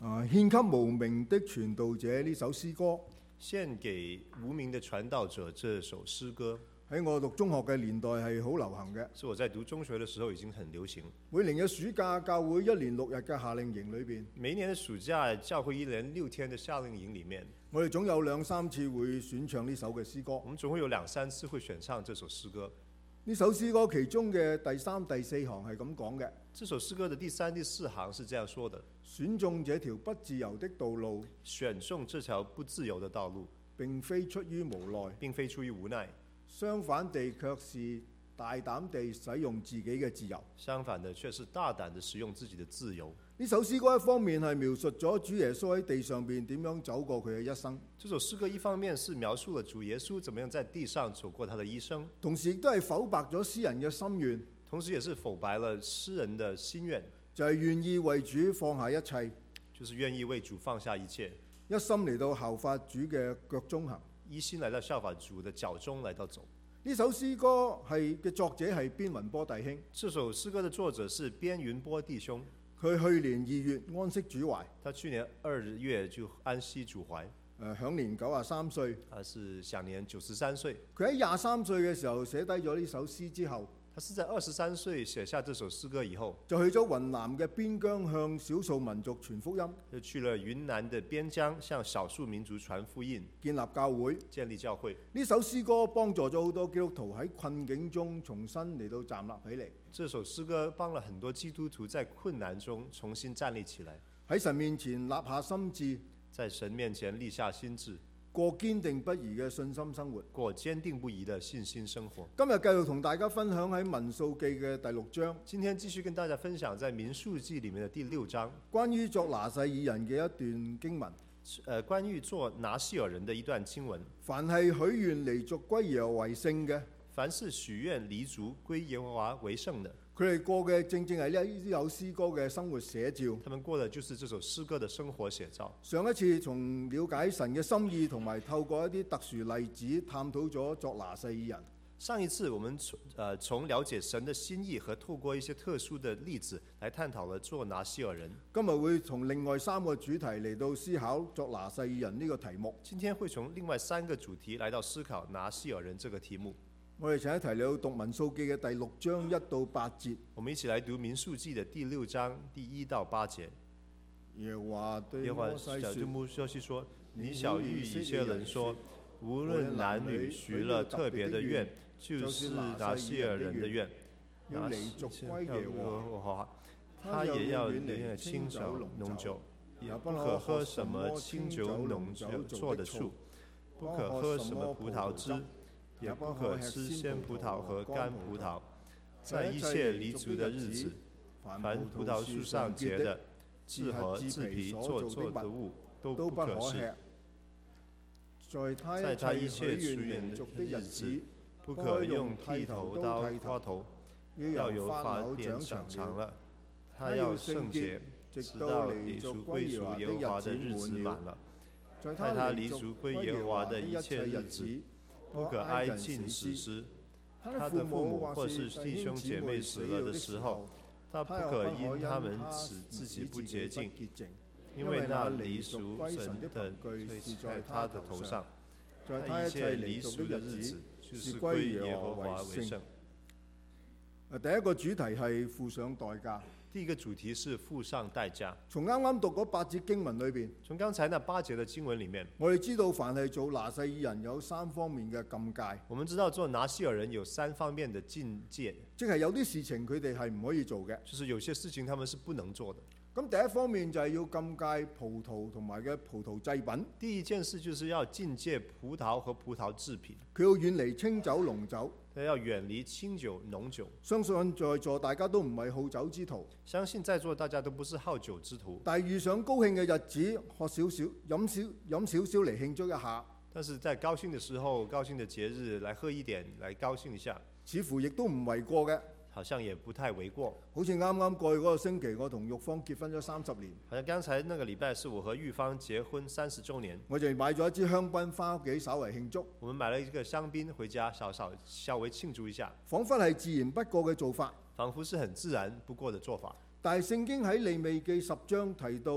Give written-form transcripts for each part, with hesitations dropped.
獻給無名的傳道者呢首詩歌， 獻給無名的傳道者這首詩歌， 喺我讀中學嘅年代係好流行嘅。 是我在讀中學的時候已經很流行。 每年嘅暑假，教會1連6日嘅夏令營裏邊， 每一年的暑假，教會1連6天的夏令營裡面， 我哋總有2、3次會選唱呢首嘅詩歌。 我們總會有2、3次會選唱這首詩歌。 呢首詩歌其中嘅第3、第4行係咁講嘅。 這首詩歌的第3、第4行是這樣說的： 選中這條不自由的道路， 選中這條不自由的道路， 並非出於無奈， 並非出於無奈， 相反地卻是大膽地使用自己嘅自由。 相反的卻是大膽地使用自己的自由。 呢首詩歌一方面係描述咗主耶穌喺地上邊點樣走過佢嘅一生， 這首詩歌一方面是描述了主耶穌怎麼樣在地上走過他的一生， 同時亦都係剖白咗詩人嘅心願， 同時也是剖白了詩人的心願， 就係願意為主放下一切， 就是願意為主放下一切， 一心嚟到效法主嘅腳蹤行， 一心來到效法主的腳蹤來到走。 呢首詩歌嘅作者係邊雲波弟兄。 這首詩歌的作者是邊雲波弟兄。 佢去年2月安息主懷， 他去年2月就安息主懷， 享年93歲。 他是享年93歲。 佢喺23歲嘅時候寫低咗呢首詩之後， 他是在23歲寫下這首詩歌以後， 就去咗雲南嘅邊疆向少數民族傳福音， 就去了雲南的邊疆向少數民族傳福音， 建立教會。 建立教會。 呢首詩歌幫助咗好多基督徒喺困境中重新嚟到站立起嚟。 這首詩歌幫了很多基督徒在困難中重新站立起來， 喺神面前立下心志， 在神面前立下心志， 過堅定不移嘅信心生活， 過堅定不移的信心生活。 今日繼續同大家分享喺民數記嘅第6章， 今天繼續跟大家分享在民數記裡面的第6章， 關於作拿細耳人嘅一段經文。 關於做拿細耳人的一段經文。 凡係許願離族歸耶和華為聖嘅， 凡是許願離族歸耶和華為聖的， 佢哋過嘅正正係呢首詩歌嘅生活寫照。 他們過的就是這首詩歌的生活寫照。 上一次從了解神嘅心意同埋透過一啲特殊例子探討咗作拿細耳人。 上一次我們從了解神的心意和透過一些特殊的例子來探討了作拿細耳人。 今日會從另外3個主題嚟到思考作拿細耳人呢個題目。 今天會從另外3個主題來到思考拿細耳人這個題目。 我哋請一提了讀民數記嘅第6章1到8節。 我們一起來讀民數記的第6章第1到8節。 耶和華對摩西說：你曉諭以色列人說，無論男女許了特別的願，就是拿細耳人的願， 要離族歸耶和華， 他也要離清酒濃酒，也不可喝什麼清酒濃酒做的醋，不可喝什麼葡萄汁，也不可吃鮮葡萄和乾葡萄。在一切離族的日子，凡葡萄樹上結的枝和枝皮做的物都不可吃。在他一切許願的日子，不可用剃頭刀刮頭，要由法典長長了。他要聖潔，直到離族歸耶和華的日子滿了。在他離族歸耶和華的一切日子，不可挨近死屍。他的父母或是弟兄姐妹死了的時候，他不可因他們使自己不潔淨，因為那離俗神的罪是在他的頭上。他一切離俗的日子，就是歸耶和華為聖。 第一個主題係付上代價。 第一個主題是付上代價。 從啱啱讀嗰8節經文裏邊， 從剛才那8節的經文裡面， 我哋知道凡係做拿細耳人有3方面嘅禁戒。 我們知道做拿細耳人有3方面的禁戒， 即係有啲事情佢哋係唔可以做嘅， 就是有些事情他們是不能做的。 咁第一方面就係要禁戒葡萄同埋嘅葡萄製品。 第一件事就是要禁戒葡萄和葡萄製品。 佢要遠離清酒濃酒。 要遠離清酒濃酒。 相信在座大家都唔係好酒之徒。 相信在座大家都不是好酒之徒。 但係遇上高興嘅日子，喝少少飲少少嚟慶祝一下。 但是在高興的時候、高興的節日來喝一點，來高興一下， 似乎亦都唔為過嘅。 好像也不太為過。 好似啱啱過去嗰個星期，我同玉芳結婚咗30年。 好像剛才那個禮拜是我和玉芳結婚30週年。 我就買咗一支香檳返屋企稍為慶祝。 我們買了一個香檳回家稍微慶祝一下。 彷彿係自然不過嘅做法。 仿佛是很自然不過的做法。 但係聖經喺利未記10章提到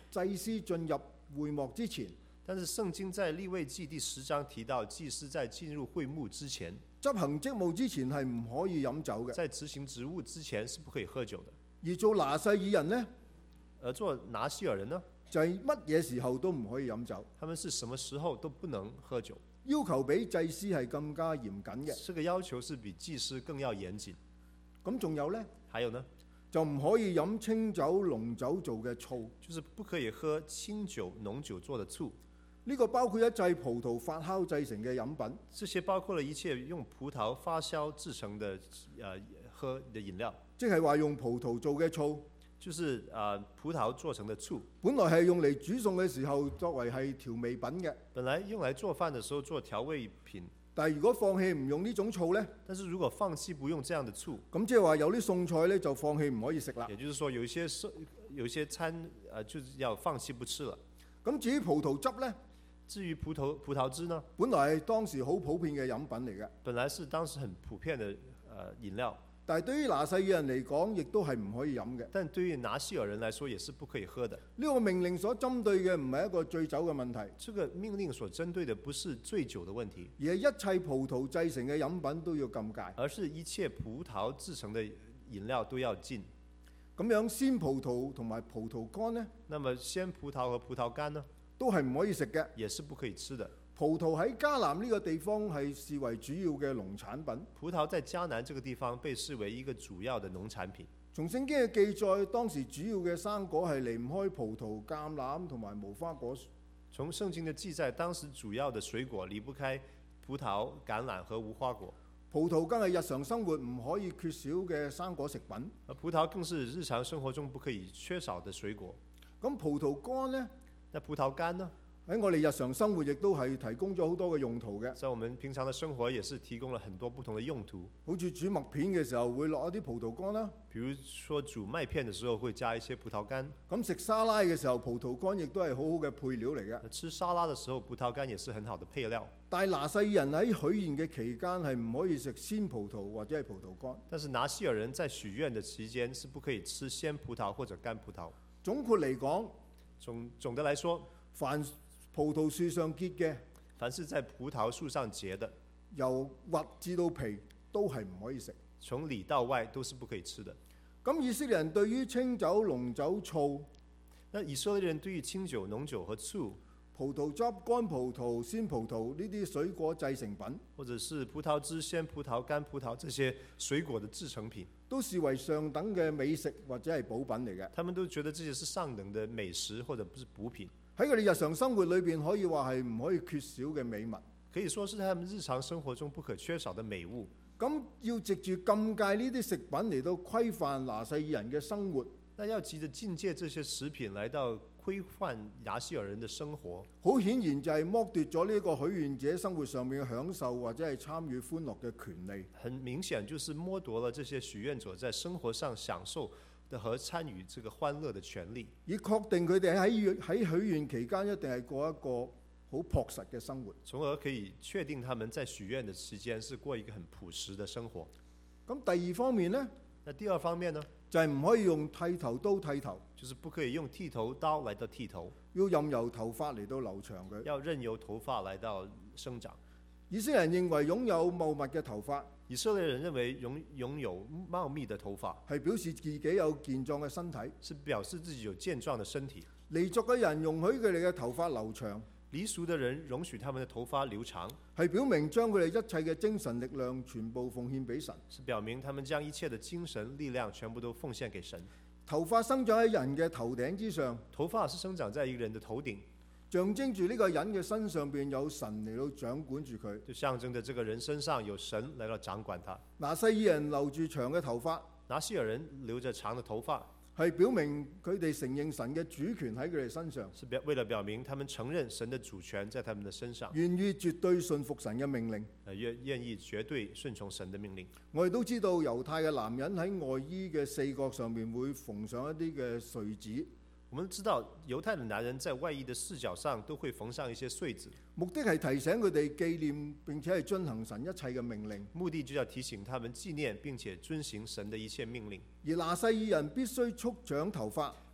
祭司進入會幕之前， 但是聖經在利未記第10章提到，祭司在進入會幕之前， 執行職務之前係唔可以飲酒嘅。 在執行職務之前是不可以喝酒的。 而做拿細耳人呢， 而做拿西爾人呢， 就係乜嘢時候都唔可以飲酒， 他們是什麼時候都不能喝酒， 要求比祭司係更加嚴謹嘅。 這個要求是比祭司更要嚴謹。 咁仲有呢， 還有呢， 就唔可以飲清酒、濃酒做嘅醋， 就是不可以喝清酒、濃酒做的醋。 呢個包括一切葡萄發酵製成嘅飲品， 這些包括了一切用葡萄發酵製成的喝的飲料， 即係話用葡萄做嘅醋， 就是葡萄做成的醋， 本來係用嚟煮餸嘅時候作為係調味品嘅。 本來用來做飯的時候做調味品， 但係如果放棄唔用呢種醋呢， 但是如果放棄不用這樣的醋， 咁即係話有啲餸菜呢就放棄唔可以食啦。 也就是說有一些餐就是要放棄不吃了。 咁至於葡萄汁呢， 至於葡萄汁呢， 本來係當時好普遍嘅飲品嚟嘅， 本來是當時很普遍的飲料， 但係對於拿細耳人嚟講，亦都係唔可以飲嘅。 但對於拿西爾人來說也是不可以喝的。 呢個命令所針對嘅唔係一個醉酒嘅問題， 這個命令所針對的不是醉酒的問題， 而係一切葡萄製成嘅飲品都要禁戒。 而是一切葡萄製成的飲料都要禁。 咁樣鮮葡萄同埋葡萄乾呢， 那麼鮮葡萄和葡萄乾呢， 都係唔可以食嘅。 也是不可以吃的。 葡萄喺迦南呢個地方係視為主要嘅農產品。 葡萄在迦南這個地方被視為一個主要的農產品。 從聖經嘅記載，當時主要嘅生果係離唔開葡萄、橄欖同埋無花果樹。 從聖經的記載，當時主要的水果離不開葡萄、橄欖和無花果。 葡萄更係日常生活唔可以缺少嘅生果食品。 而葡萄更是日常生活中不可以缺少的水果。 咁葡萄乾呢？ 那葡萄乾呢？ 喺我哋日常生活亦都係提供咗好多嘅用途嘅。 在我們平常的生活也是提供了很多不同的用途。 好似煮麥片嘅時候會落一啲葡萄乾啦。 比如說煮麥片的時候會加一些葡萄乾。 咁食沙拉嘅時候，葡萄乾亦都係好好嘅配料嚟嘅。 吃沙拉的時候，葡萄乾也是很好的配料。 但係拿細耳人喺許願嘅期間係唔可以食鮮葡萄或者係葡萄乾。 但是拿西爾人在許願的期間是不可以吃鮮葡萄或者乾葡萄。 總括嚟講， 總的來說， 凡葡萄樹上結嘅， 凡是在葡萄樹上結的， 由核至到皮都係唔可以食。 從裡到外都是不可以吃的。 咁以色列人對於清酒、濃酒、醋， 那以色列人對於清酒、濃酒和醋、 葡萄汁、乾葡萄、鮮葡萄呢啲水果製成品， 或者是葡萄汁、鮮葡萄、乾葡萄這些水果的製成品， 都視為上等嘅美食或者係補品嚟嘅。 他們都覺得這些是上等的美食或者不是補品。 喺佢哋日常生活裏邊，可以話係唔可以缺少嘅美物， 可以說是他們日常生活中不可缺少的美物。 咁要藉住禁戒呢啲食品嚟到規範拿細耳人嘅生活， 那要急着禁戒這些食品來到規範拿西爾人的生活， 好顯然就係剝奪咗呢個許願者生活上面嘅享受或者係參與歡樂嘅權利。 很明顯就是剝奪了這些許願者在生活上享受的和參與這個歡樂的權利， 以確定佢哋喺許願期間一定係過一個好樸實嘅生活， 從而可以確定他們在許願的期間是過一個很樸實的生活。 咁第二方面呢， 那第二方面呢， 就係唔可以用剃頭刀剃頭， 就是不可以用剃頭刀來到剃頭， 要任由頭髮嚟到留長佢。 要任由頭髮來到生長。 以色列人認為擁有茂密嘅頭髮， 以色列人認為擁有茂密的頭髮係表示自己有健壯嘅身體， 是表示自己有健壯的身體。 離俗嘅人容許佢哋嘅頭髮留長， 離俗的人容許他們的頭髮留長， 係表明將佢哋一切嘅精神力量全部奉獻俾神， 是表明他們將一切的精神力量全部都奉獻給神。 頭髮生長喺人嘅頭頂之上， 頭髮是生長在一個人的頭頂， 象徵住呢個人嘅身上邊有神嚟到掌管住佢， 就象徵着這個人身上有神來到掌管他。 拿細耳人留住長嘅頭髮， 拿西爾人留着長的頭髮， 係表明佢哋承認神嘅主權喺佢哋身上， 是為了表明他們承認神的主權在他們的身上， 願意絕對順服神嘅命令。 願意絕對順從神的命令。 我哋都知道猶太嘅男人喺外衣嘅四角上面會縫上一啲嘅穗子。 我們知道猶太的男人在外衣的四角上都會縫上一些穗子， 目的係提醒佢哋紀念並且係遵行神一切嘅命令。 目的就要提醒他們紀念並且遵行神的一切命令。 而拿細耳人必須束長頭髮，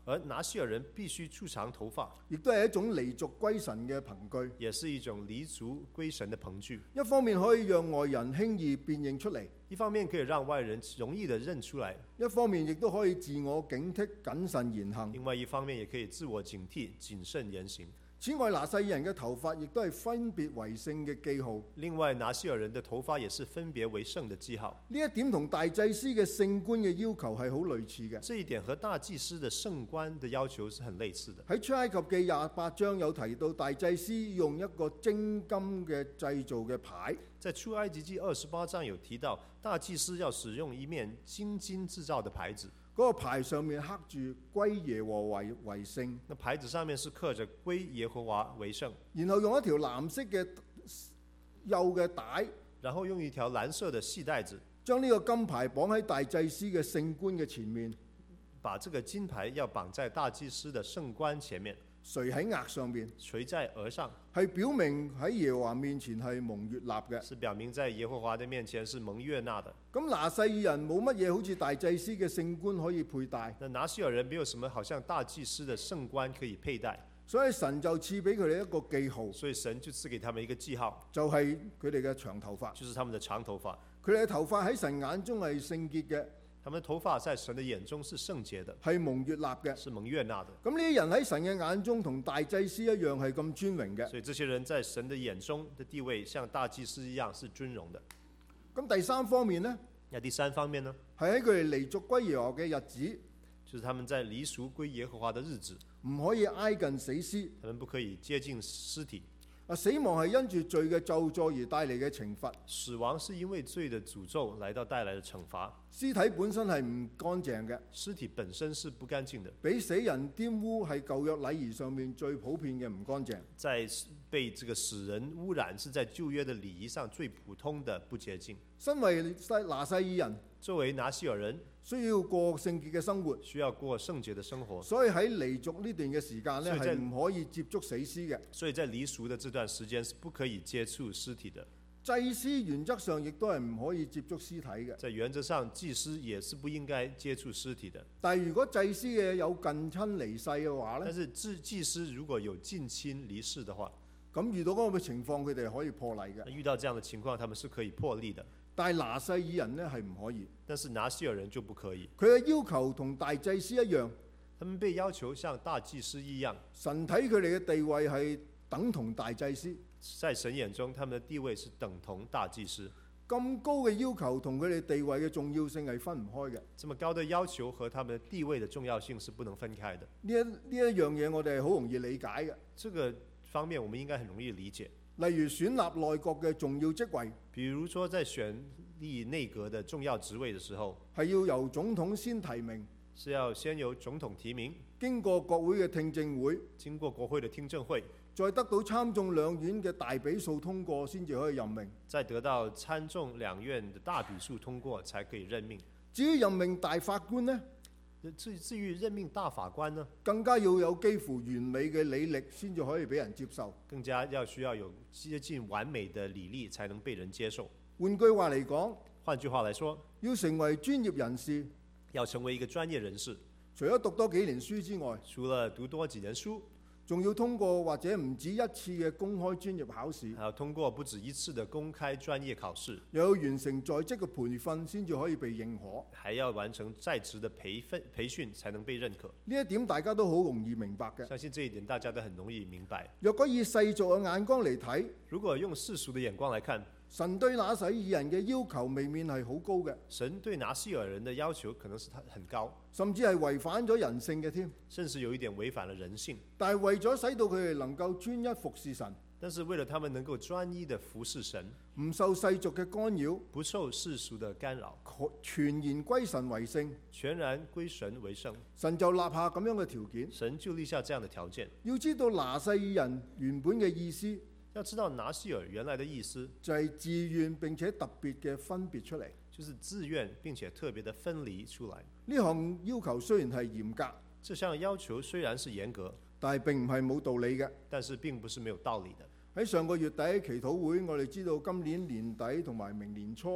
而拿西尔人必须出長頭髮， 亦都係一種離俗歸神嘅憑據。 也是一種離族歸神的憑據。 一方面可以讓外人輕易辨認出嚟， 一方面可以讓外人容易地認出來， 一方面亦都可以自我警惕、謹慎言行。 另外一方面也可以自我警惕、謹慎言行。 此外，拿細耳人嘅頭髮亦都係分別為聖嘅記號。 另外，拿西爾人的頭髮也是分別為聖的記號。 呢一點同大祭司嘅聖冠嘅要求係好類似嘅。 這一點和大祭司的聖冠的要求是很類似的。 喺出埃及記28章有提到大祭司用一個精金嘅製造嘅牌。 在出埃及記28章有提到，大祭司要使用一面精金製造的牌子。 嗰個牌上面刻住歸耶和華為聖， 那牌子上面是刻着歸耶和華為聖， 然後用一條藍色嘅幼嘅帶， 然後用一條藍色的細帶子， 將呢個金牌綁喺大祭司嘅聖冠嘅前面， 把這個金牌要綁在大祭司的聖冠前面， 垂喺額上面， 垂在額上， 係表明喺耶和華面前係蒙悅納嘅， 是表明在耶和華的面前是蒙悅納的。 咁拿細耳人冇乜嘢好似大祭司嘅聖冠可以佩戴， 那拿西爾人沒有什麼好像大祭司的聖冠可以佩戴， 所以神就賜俾佢哋一個記號， 所以神就賜給他們一個記號， 就係佢哋嘅長頭髮， 就是他們的長頭髮。 佢哋嘅頭髮喺神眼中係聖潔嘅， 他們的頭髮在神的眼中是聖潔的， 係蒙悅納嘅， 是蒙悅納的。 咁呢啲人喺神嘅眼中同大祭司一樣係咁尊榮嘅。 所以這些人在神的眼中的地位像大祭司一樣是尊榮的。 咁第三方面呢， 那第三方面呢， 係喺佢哋離俗歸耶和華嘅日子， 就是他們在離俗歸耶和華的日子， 唔可以挨近死屍。 他們不可以接近屍體。 死亡係因住罪嘅咒詛而帶嚟嘅懲罰， 死亡是因為罪的詛咒來到帶來的懲罰。 屍體本身係唔乾淨嘅， 屍體本身是不乾淨的， 俾死人玷污係舊約禮儀上面最普遍嘅唔乾淨。 在被這個死人污染，是在舊約的禮儀上最普通的不潔淨。 身為拿細耳人， 作為拿西爾人， 需要過聖潔嘅生活， 需要過聖潔的生活， 所以喺離俗呢段嘅時間呢，係唔可以接觸死屍嘅。 所以在離俗的這段時間是不可以接觸屍體的。 祭司原則上亦都係唔可以接觸屍體嘅。 在原則上，祭司也是不應該接觸屍體的。 但係如果祭司嘅有近親離世嘅話呢， 但是祭司如果有近親離世的話， 咁遇到嗰個情況，佢哋係可以破例嘅。 遇到這樣的情況，他們是可以破例的。 但係拿細耳人呢係唔可以， 但是拿西爾人就不可以。 佢嘅要求同大祭司一樣， 他們被要求像大祭司一樣。 神睇佢哋嘅地位係等同大祭司， 在神眼中，他們的地位是等同大祭司。 咁高嘅要求同佢哋地位嘅重要性係分唔開嘅。 這麼高的要求和他們的地位的重要性是不能分開的。 呢一樣嘢我哋係好容易理解嘅。 這個方面我們應該很容易理解。 例如選立內閣嘅重要職位， 比如說在選立內閣的重要職位的時候， 係要由總統先提名， 是要先由總統提名， 經過國會嘅聽證會， 經過國會的聽證會， 再得到參眾兩院嘅大比數通過先至可以任命， 再得到參眾兩院的大比數通過才可以任命。 至於任命大法官呢， 至於任命大法官呢， 更加要有幾乎完美嘅履歷先至可以俾人接受， 更加需要有接近完美的履歷才能被人接受。 換句話嚟講， 換句話來說， 要成為專業人士， 要成為一個專業人士， 除咗讀多幾年書之外， 除了讀多幾年書， 仲要通過或者唔止一次嘅公開專業考試， 還要通過不止一次的公開專業考試， 又要完成在職嘅培訓先至可以被認可， 還要完成在職的培訓才能被認可。 呢一點大家都好容易明白嘅。 相信這一點大家都很容易明白。 若果以世俗嘅眼光嚟睇， 如果用世俗的眼光來看， 神對拿細耳人嘅要求未免係好高嘅， 神對拿西爾人的要求可能是很高， 甚至係違反咗人性嘅添。 甚至有一點違反了人性。 但係為咗使到佢哋能夠專一服侍神， 但是為了他們能夠專一的服侍神， 唔受世俗嘅干擾， 不受世俗的干擾， 全然歸神為聖， 全然歸神為聖， 神就立下咁樣嘅條件。 神就立下這樣的條件。 要知道拿細耳人原本嘅意思， 要知道拿西爾原來的意思， 就係自願並且特別嘅分別出嚟。 就是自願並且特別的分離出來。 呢項要求雖然係嚴格， 這項要求雖然是嚴格， 但係並唔係冇道理嘅。 但是並不是沒有道理的。 喺上個月底祈禱會，我哋知道今年年底同埋明年初，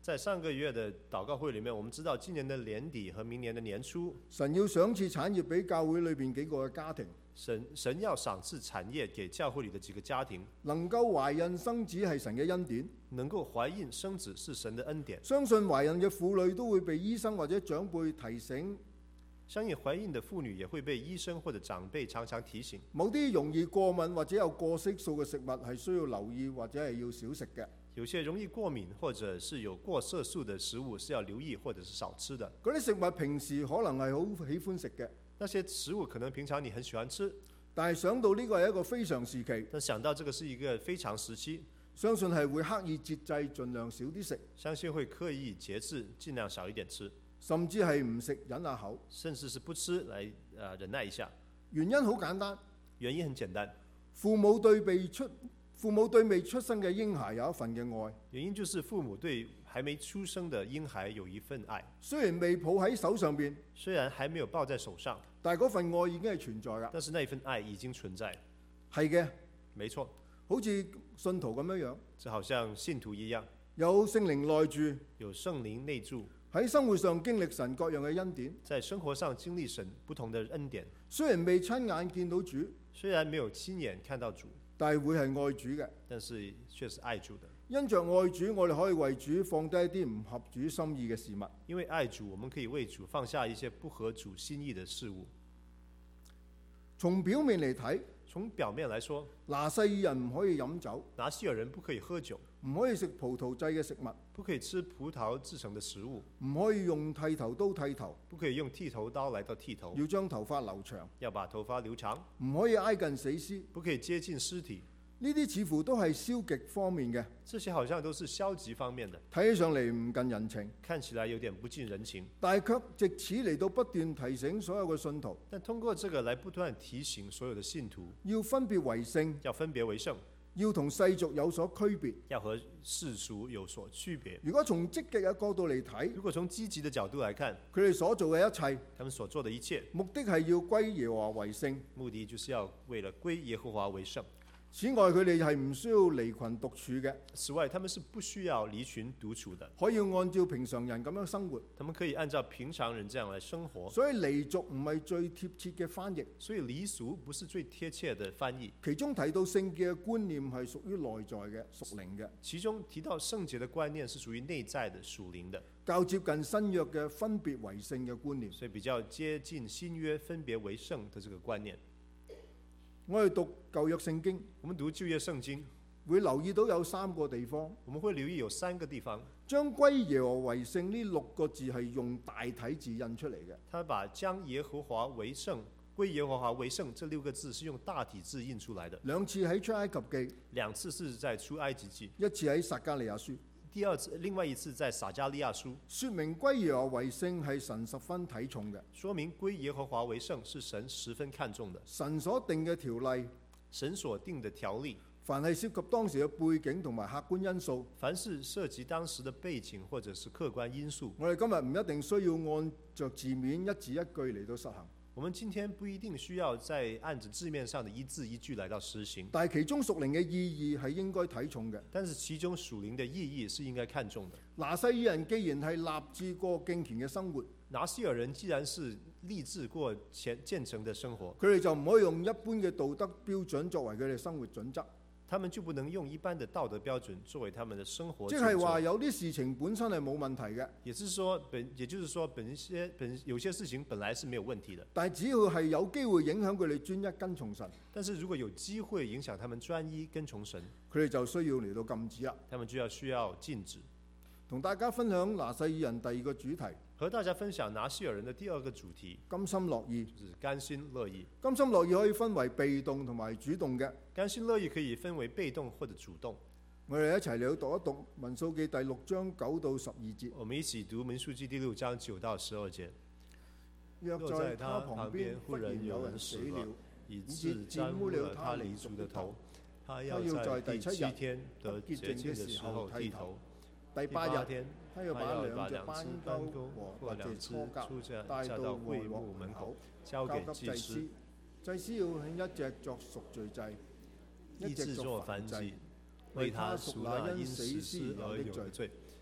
在上个月的禱告會裏面，我們知道今年的年底和明年的年初， 神要賞賜產業俾教會裏邊幾個嘅家庭， 神要賞賜產業給教會裏的幾個家庭， 能夠懷孕生子係神嘅恩典， 能夠懷孕生子是神的恩典。 相信懷孕嘅婦女都會被醫生或者長輩提醒， 相信懷孕的婦女也會被醫生或者長輩常常提醒， 某啲容易過敏或者有過色素嘅食物係需要留意或者係要少食嘅。 有些容易過敏或者是有過色素的食物是要留意或者是少吃的。 嗰啲食物平時可能係好喜歡食嘅， 那些食物可能平常你很喜歡吃， 但係想到呢個係一個非常時期， 但想到這個是一個非常時期， 相信係會刻意節制，盡量少啲食， 相信會刻意節制，盡量少一點吃， 甚至係唔食忍下口， 甚至是不吃來忍耐一下。 原因好簡單， 原因很簡單， 父母對未出生嘅嬰孩有一份嘅愛， 原因就是父母對還沒出生的嬰孩有一份愛， 雖然未抱喺手上邊， 雖然還沒有抱在手上， 但係嗰份愛已經係存在㗎。 但是那一份愛已經存在。 係嘅， 沒錯， 好似信徒咁樣， 就好像信徒一樣， 有聖靈內住， 有聖靈內住， 喺生活上經歷神各樣嘅恩典， 在生活上經歷神不同的恩典。 雖然未親眼見到主， 雖然沒有親眼看到主， 但係會係愛主嘅。 但是卻是愛主的。 因着愛主，我哋可以為主放低一啲唔合主心意嘅事物。 因為愛主，我們可以為主放下一些不合主心意的事物。 從表面嚟睇， 從表面來說， 拿細耳人唔可以飲酒， 拿細耳人不可以喝酒， 唔可以食葡萄製嘅食物， 不可以吃葡萄製成的食物， 唔可以用剃頭刀剃頭， 不可以用剃頭刀來到剃頭， 要將頭髮留長， 要把頭髮留長， 唔可以挨近死屍， 不可以接近屍體。 呢啲似乎都係消極方面嘅， 這些好像都是消極方面的， 睇起上嚟唔近人情， 看起來有點不近人情， 但係卻藉此嚟到不斷提醒所有嘅信徒， 但通過這個來不斷提醒所有的信徒， 要分別為聖， 要分別為聖， 要同世俗有所區別， 要和世俗有所區別。 如果從積極嘅角度嚟睇， 如果從積極的角度來看， 佢哋所做嘅一切， 他們所做的一切， 目的係要歸耶和華為聖， 目的就是要為了歸耶和華為聖。 此外，佢哋係唔需要離群獨處嘅。 此外，他們是不需要離群獨處的， 可以按照平常人咁樣生活。 他們可以按照平常人這樣來生活。 所以離俗唔係最貼切嘅翻譯。 所以離俗不是最貼切的翻譯。 其中提到聖潔嘅觀念係屬於內在嘅屬靈嘅。 其中提到聖潔的觀念是屬於內在的屬靈的， 較接近新約嘅分別為聖嘅觀念。 所以比較接近新約分別為聖的這個觀念。 我哋讀舊約聖經， 我們讀舊約聖經會留意到有3個地方。 我們會留意有3個地方， 將歸耶和華為聖呢6個字係用大體字印出嚟嘅。 他把將耶和華為聖、歸耶和華為聖這6個字是用大體字印出來的。 2次喺出埃及記 ，2次是在出埃及記 ，1次喺撒迦利亞書。 另外一次在撒迦利亞書， 說明歸耶和華為聖係神十分睇重嘅。 說明歸耶和華為聖是神十分看重的。 神所定嘅條例， 神所定的條例， 凡係涉及當時嘅背景同埋客觀因素， 凡是涉及當時的背景或者是客觀因素， 我哋今日唔一定需要按着字面一字一句嚟到實行。 我們今天不一定需要再按着字面上的一字一句來到實行， 但係其中屬靈嘅意義係應該睇重嘅。 但是其中屬靈的意義是應該看重的。 拿細耳人既然係立志過敬虔嘅生活， 拿細耳人既然是立志過虔誠的生活， 佢哋就唔可以用一般嘅道德標準作為佢哋生活準則。 他們就不能用一般的道德標準作為他們的生活準則。 即係話有啲事情本身係冇問題嘅， 也就是說有些事情本來是沒有問題的， 但係只要係有機會影響佢哋專一跟從神， 但是如果有機會影響他們專一跟從神， 佢哋就需要嚟到禁止啦。 他們就需要禁止。 同大家分享拿細耳人第2個主題， 和大家分享拿細耳人的第2個主題， 甘心樂意， 就是甘心樂意。 甘心樂意可以分為被動同埋主動嘅。 甘心樂意可以分為被動或者主動。 我哋一齊嚟讀一讀民數記第6章9到12節。 我們一起讀民數記第6章9到12節。 若在他旁邊忽然有人死了， 以致沾污了他離族的頭，他要在第7天得潔淨的時候剃頭。第8天，他要把2隻斑鳩和2隻雛鴿帶到會幕門口，交給祭司。 祭司要獻1隻作贖罪祭，1隻作燔祭， 為他贖那因死屍而有的罪。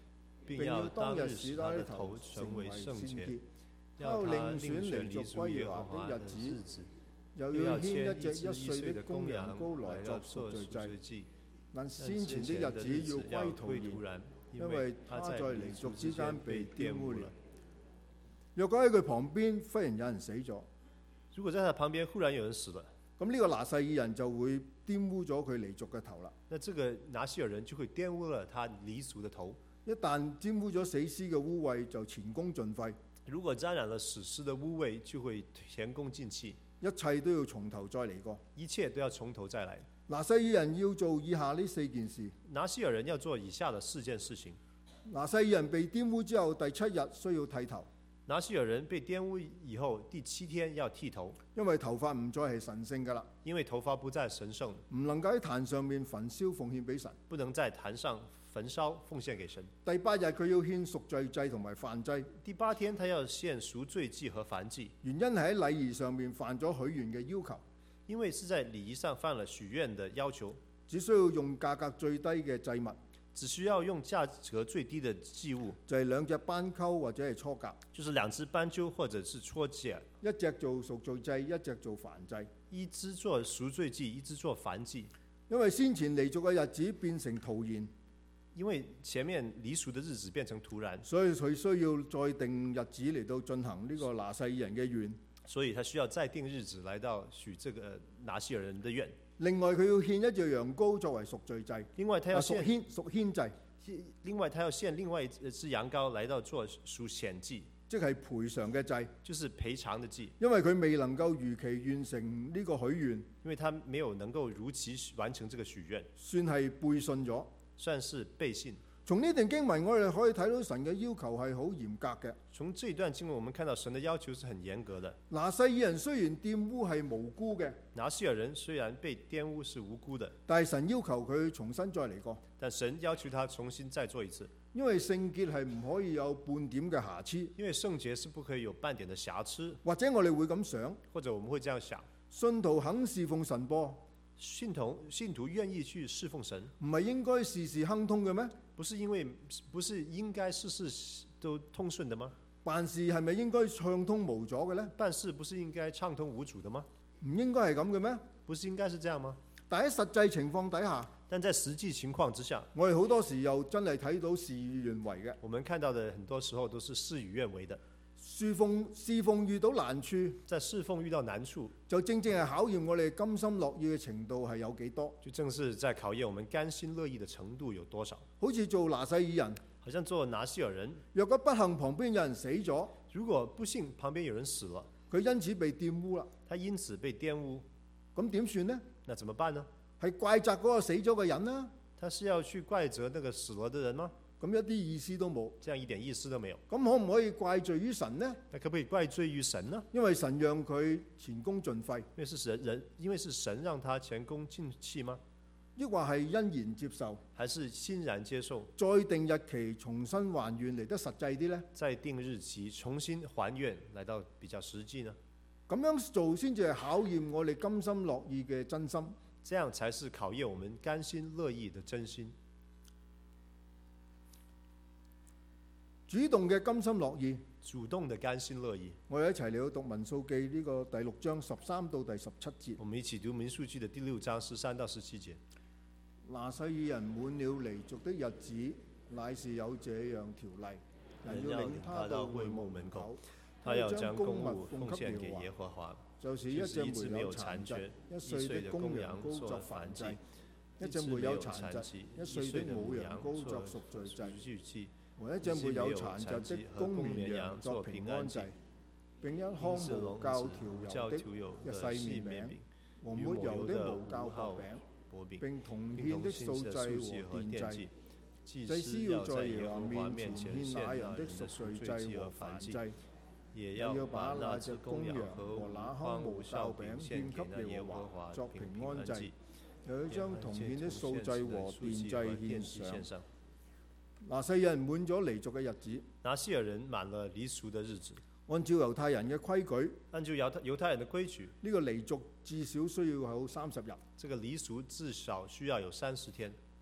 並要當日使他的頭成為聖潔，要他另選離俗歸耶和華的日子， 又要牽一隻1歲的公羊羔來作贖罪祭。但先前的日子要歸徒然，因為他在離俗之間被玷污了。若果喺佢旁邊忽然有人死咗， 如果在他旁邊忽然有人死了， 咁呢個拿細耳人就會玷污咗佢離俗嘅頭啦。 那這個拿西爾人就會玷污了他離俗的頭。 一旦沾污咗死屍嘅污穢，就前功盡廢。 如果沾染了死屍的污穢，就會前功盡棄。 一切都要從頭再嚟過。 一切都要從頭再來。 拿細耳人要做以下呢4件事。 拿西爾人要做以下的4件事情。 拿細耳人被玷污之後，第7日需要剃頭。 拿西爾人被玷污以後，第7天要剃頭， 因為頭髮唔再係神聖㗎啦。 因為頭髮不再神聖， 唔能夠喺壇上面焚燒奉獻俾神。 不能在壇上焚燒奉獻給神。 第8日佢要獻贖罪祭同埋燔祭。 第8天他要獻贖罪祭和燔祭。 原因係喺禮儀上面犯咗許願嘅要求。 因為是在禮儀上犯了許願的要求， 只需要用價格最低嘅祭物， 只需要用價格最低的祭物， 就係2隻斑鳩或者係初鴿， 就是2隻斑鳩或者是撮鴿， 一隻做贖罪祭，一隻做燔祭， 一隻做贖罪祭，一隻做燔祭。 因為先前離俗嘅日子變成徒然， 因為前面離俗的日子變成徒然， 所以佢需要再定日子嚟到進行呢個拿細耳人嘅願。 所以他需要再定日子來到許這個拿西爾人的願。 另外佢要獻一隻羊羔作為贖罪祭。 另外他要贖愆祭。 另外他要獻另外一隻羊羔來到做贖愆祭， 即係賠償嘅祭， 就是賠償的祭。 因為佢未能夠如期完成呢個許願， 因為他沒有能夠如期完成這個許願， 算係背信咗， 算是背信。 從呢段經文我哋可以睇到神嘅要求係好嚴格嘅。 從這一段經文我們看到神的要求是很嚴格的。 拿細耳人雖然玷污係無辜嘅， 拿西爾人雖然被玷污是無辜的， 但係神要求佢重新再嚟過。 但神要求他重新再做一次， 因為聖潔係唔可以有半點嘅瑕疵。 因為聖潔是不可以有半點的瑕疵。 或者我哋會咁想， 或者我們會這樣想， 信徒肯侍奉神噃？ 信徒願意去侍奉神， 唔係應該事事亨通嘅咩？ 不是應該事事都通順的嗎？ 辦事係咪應該暢通無阻嘅呢？ 辦事不是應該暢通無阻的嗎？ 唔應該係咁嘅咩？ 不是應該是這樣嗎？ 但喺實際情況底下， 但在實際情況之下， 我哋好多時又真係睇到事與願違嘅。 我們看到的很多時候都是事與願違的。 侍奉遇到難處， 在侍奉遇到難處， 就正正係考驗我哋甘心樂意嘅程度係有幾多。 就正是在考驗我們甘心樂意的程度有多少。 好似做拿細耳人， 好像做拿西爾人， 若果不幸旁邊有人死咗， 如果不幸旁邊有人死了， 佢因此被玷污啦， 他因此被玷污， 咁點算呢？ 那怎麼辦呢？ 係怪責嗰個死咗嘅人啦？ 他是要去怪責那個死了的人嗎？ 咁一啲意思都冇， 這樣一點意思都沒有。 咁可唔可以怪罪於神呢？ 那可不可以怪罪於神呢？ 因為神讓佢前功盡廢， 因為是神讓他前功盡棄嗎？ 抑或係欣然接受， 還是欣然接受？ 再定日期重新還願嚟得實際啲呢？ 再定日期重新還願來到比較實際呢？ 咁樣做先至係考驗我哋甘心樂意嘅真心， 這樣才是考驗我們甘心樂意的真心。 主動嘅甘心樂意， 主動的甘心樂意。 我哋一齊嚟到讀民數記呢個第6章13到第17節。 我們一起讀民數記的第6章13到17節。 拿細耳人滿了離俗的日子，乃是有這樣條例，人要領他到會幕門口， 他要將公物奉獻給耶和華， 就是一隻沒有殘疾、1歲的公羊羔作燔祭，一隻沒有殘疾、1歲的母羊羔作贖罪祭，和一隻沒有殘疾的公綿羊作平安祭，並一筐無酵調油的一細麵餅，和沒油的無酵薄餅，並同獻的素祭和奠祭。祭司要在耶和華面前獻那人的贖罪祭和燔祭，也要把那隻公羊和那筐無酵餅獻給耶和華作平安祭，又要將同獻的素祭和奠祭獻上。拿細耳人滿咗離俗嘅日子， 拿西爾人滿了離俗的日子。 按照猶太人嘅規矩， 按照猶太人的規矩， 呢個離俗至少需要有30日。 這個離俗至少需要有30天。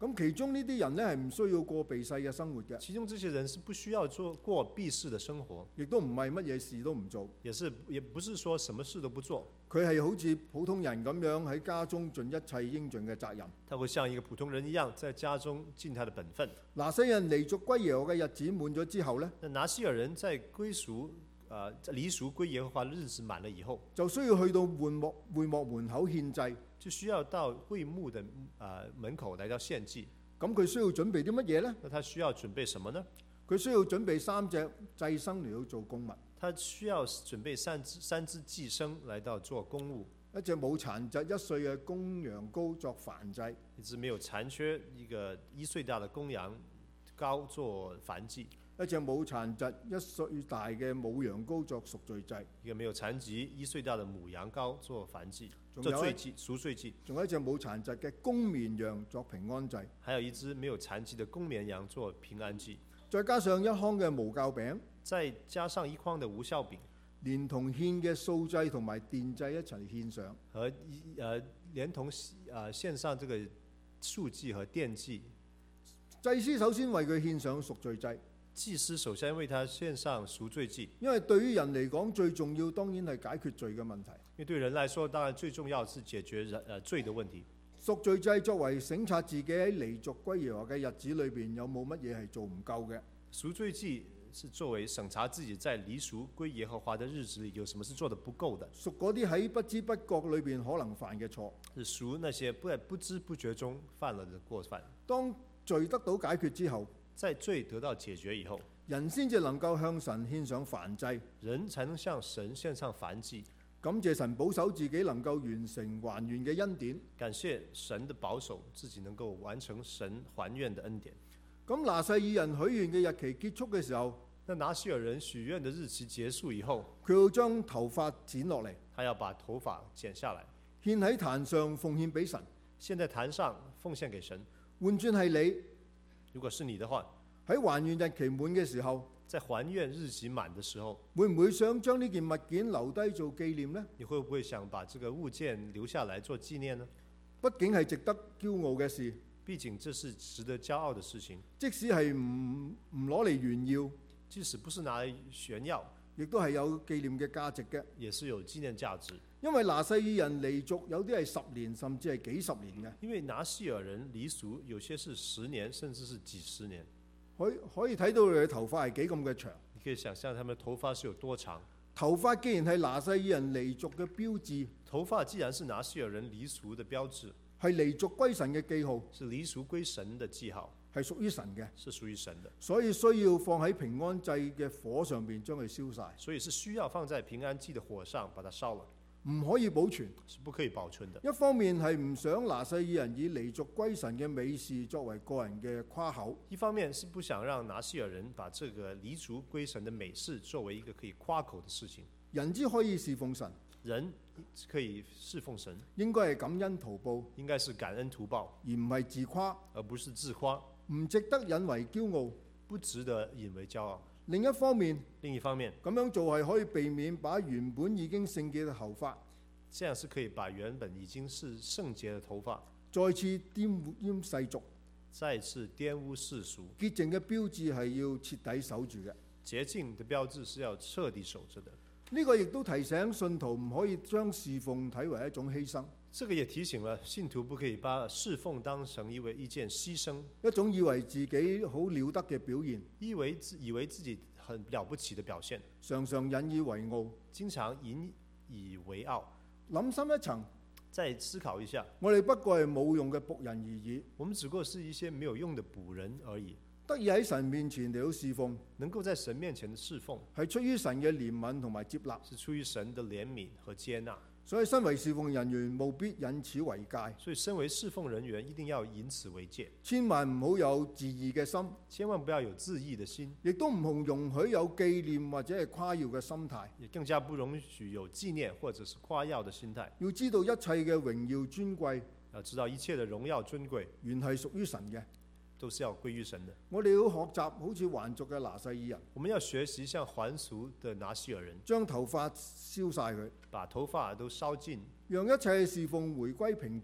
咁其中呢啲人呢，係唔需要過避世嘅生活嘅， 其中这些人是不需要过避世的生活， 亦都唔係乜嘢事都唔做， 也不是说什么事都不做。 佢係好似普通人咁樣喺家中盡一切應盡嘅責任。 他會像一個普通人一樣，在家中盡他的本分。 拿西人離俗歸耶和華嘅日子滿咗之後呢， 那拿西爾人在離俗歸耶和華的日子滿了以後， 就需要去到會幕門口獻祭， 就需要到會幕的門口來到獻祭。 咁佢需要準備啲乜嘢呢？ 那他需要準備什麼呢？ 佢需要準備3隻祭牲嚟到做供物。 他需要準備三隻祭牲來到做公務， 一隻冇殘疾1歲嘅公羊羔作燔祭， 一隻沒有殘缺一個1歲大的公羊羔做燔祭， 一隻冇殘疾1歲大嘅母羊羔作贖罪祭， 一個沒有殘疾1歲大的母羊羔做燔祭，做贖罪祭， 仲有一隻冇殘疾嘅公綿羊作平安祭， 還有一隻沒有殘疾的公綿羊做平安祭， 再加上1筐嘅無酵餅， 再加上1筐的無酵餅， 連同獻嘅素祭同埋奠祭一齊獻上， 和連同獻上這個素祭和奠祭。 祭司首先為佢獻上贖罪祭， 祭司首先為他獻上贖罪祭， 因為對於人嚟講最重要當然係解決罪嘅問題。 因為對人來說，當然最重要是解決罪的問題。 贖罪祭作為省察自己喺離俗歸耶和華嘅日子裏邊有冇乜嘢係做唔夠嘅。 贖罪祭是作為審查自己在離俗歸耶和華的日子裡有什麼是做得不夠的。 贖嗰啲喺不知不覺裏邊可能犯嘅錯， 是贖那些不知不覺中犯了的過犯。 當罪得到解決之後， 在罪得到解決以後， 人先至能夠向神獻上燔祭， 人才能向神獻上燔祭， 感謝神保守自己能夠完成還願嘅恩典， 感謝神的保守，自己能夠完成神還願的恩典。 咁拿細耳人許願嘅日期結束嘅時候， 那拿西爾人許願的日期結束以後， 佢要將頭髮剪落嚟， 他要把頭髮剪下來， 獻喺壇上奉獻俾神。 獻在壇上奉獻給神。 換轉係你， 如果是你的話， 喺還願日期滿嘅時候， 在還願日期滿的時候， 會唔會想將呢件物件留低做紀念呢？ 你會不會想把這個物件留下來做紀念呢？ 畢竟係值得驕傲嘅事， 畢竟這是值得驕傲的事情。 即使係唔攞嚟炫耀， 即使不是拿來炫耀， 亦都係有紀念嘅價值嘅。 也是有紀念價值。 因為拿細耳人離俗有啲係10年甚至係幾十年嘅。 因為拿西爾人離俗有些是10年甚至是幾十年。 可以睇到佢嘅頭髮係幾咁嘅長。 你可以想象他們的頭髮是有多長。 頭髮既然係拿細耳人離俗嘅標誌， 頭髮既然是拿西爾人離俗的標誌， 係離俗歸神嘅記號， 是離俗歸神的記號， 係屬於神嘅， 是屬於神的， 所以需要放喺平安祭嘅火上邊將佢燒晒， 所以是需要放在平安祭的火上把它燒了， 唔可以保存， 是不可以保存的。 一方面係唔想拿細耳人以離俗歸神嘅美事作為個人嘅誇口， 一方面是不想讓拿西爾人把這個離俗歸神的美事作為一個可以誇口的事情。 人之可以侍奉神， 人可以侍奉神， 應該係感恩圖報， 應該是感恩圖報， 而唔係自誇， 而不是自誇， 唔值得引為驕傲， 不值得引為驕傲。 另一方面，咁樣做係可以避免把原本已經聖潔嘅頭髮， 這樣是可以把原本已經是聖潔的頭髮再次玷污世俗， 再次玷污世俗。 潔淨嘅標誌係要徹底守住嘅， 潔淨的標誌是要徹底守着的。 呢個亦都提醒信徒唔可以將侍奉睇為一種犧牲。 這個也提醒了信徒不可以把侍奉當成一件犧牲， 一種以為自己好了得嘅表現， 以為自己很了不起的表現， 常常引以為傲， 經常引以為傲。 諗深一層， 再思考一下， 我哋不過係冇用嘅僕人而已， 我們只不過是一些沒有用的僕人而已。 得以喺神面前嚟到侍奉， 能夠在神面前的侍奉， 係出於神嘅憐憫同埋接納， 是出於神的憐憫和接納。 所以身為侍奉人員，務必引此為戒。 所以身為侍奉人員，一定要引此為戒， 千萬唔好有自義嘅心， 千萬不要有自義的心， 亦都唔容許有紀念或者係誇耀嘅心態， 也更加不容許有紀念或者是誇耀的心態。 要知道一切嘅榮耀尊貴， 要知道一切的榮耀尊貴， 原係屬於神嘅， 都是要歸於神的。 我哋要學習好似還俗嘅拿細耳人， 我們要學習像還俗的拿西爾人， 將頭髮燒晒佢， 把頭髮都燒盡， 讓一切侍奉回歸平靜，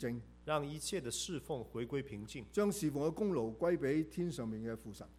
讓一切的侍奉回歸平靜， 將侍奉嘅功勞歸俾天上面嘅父神。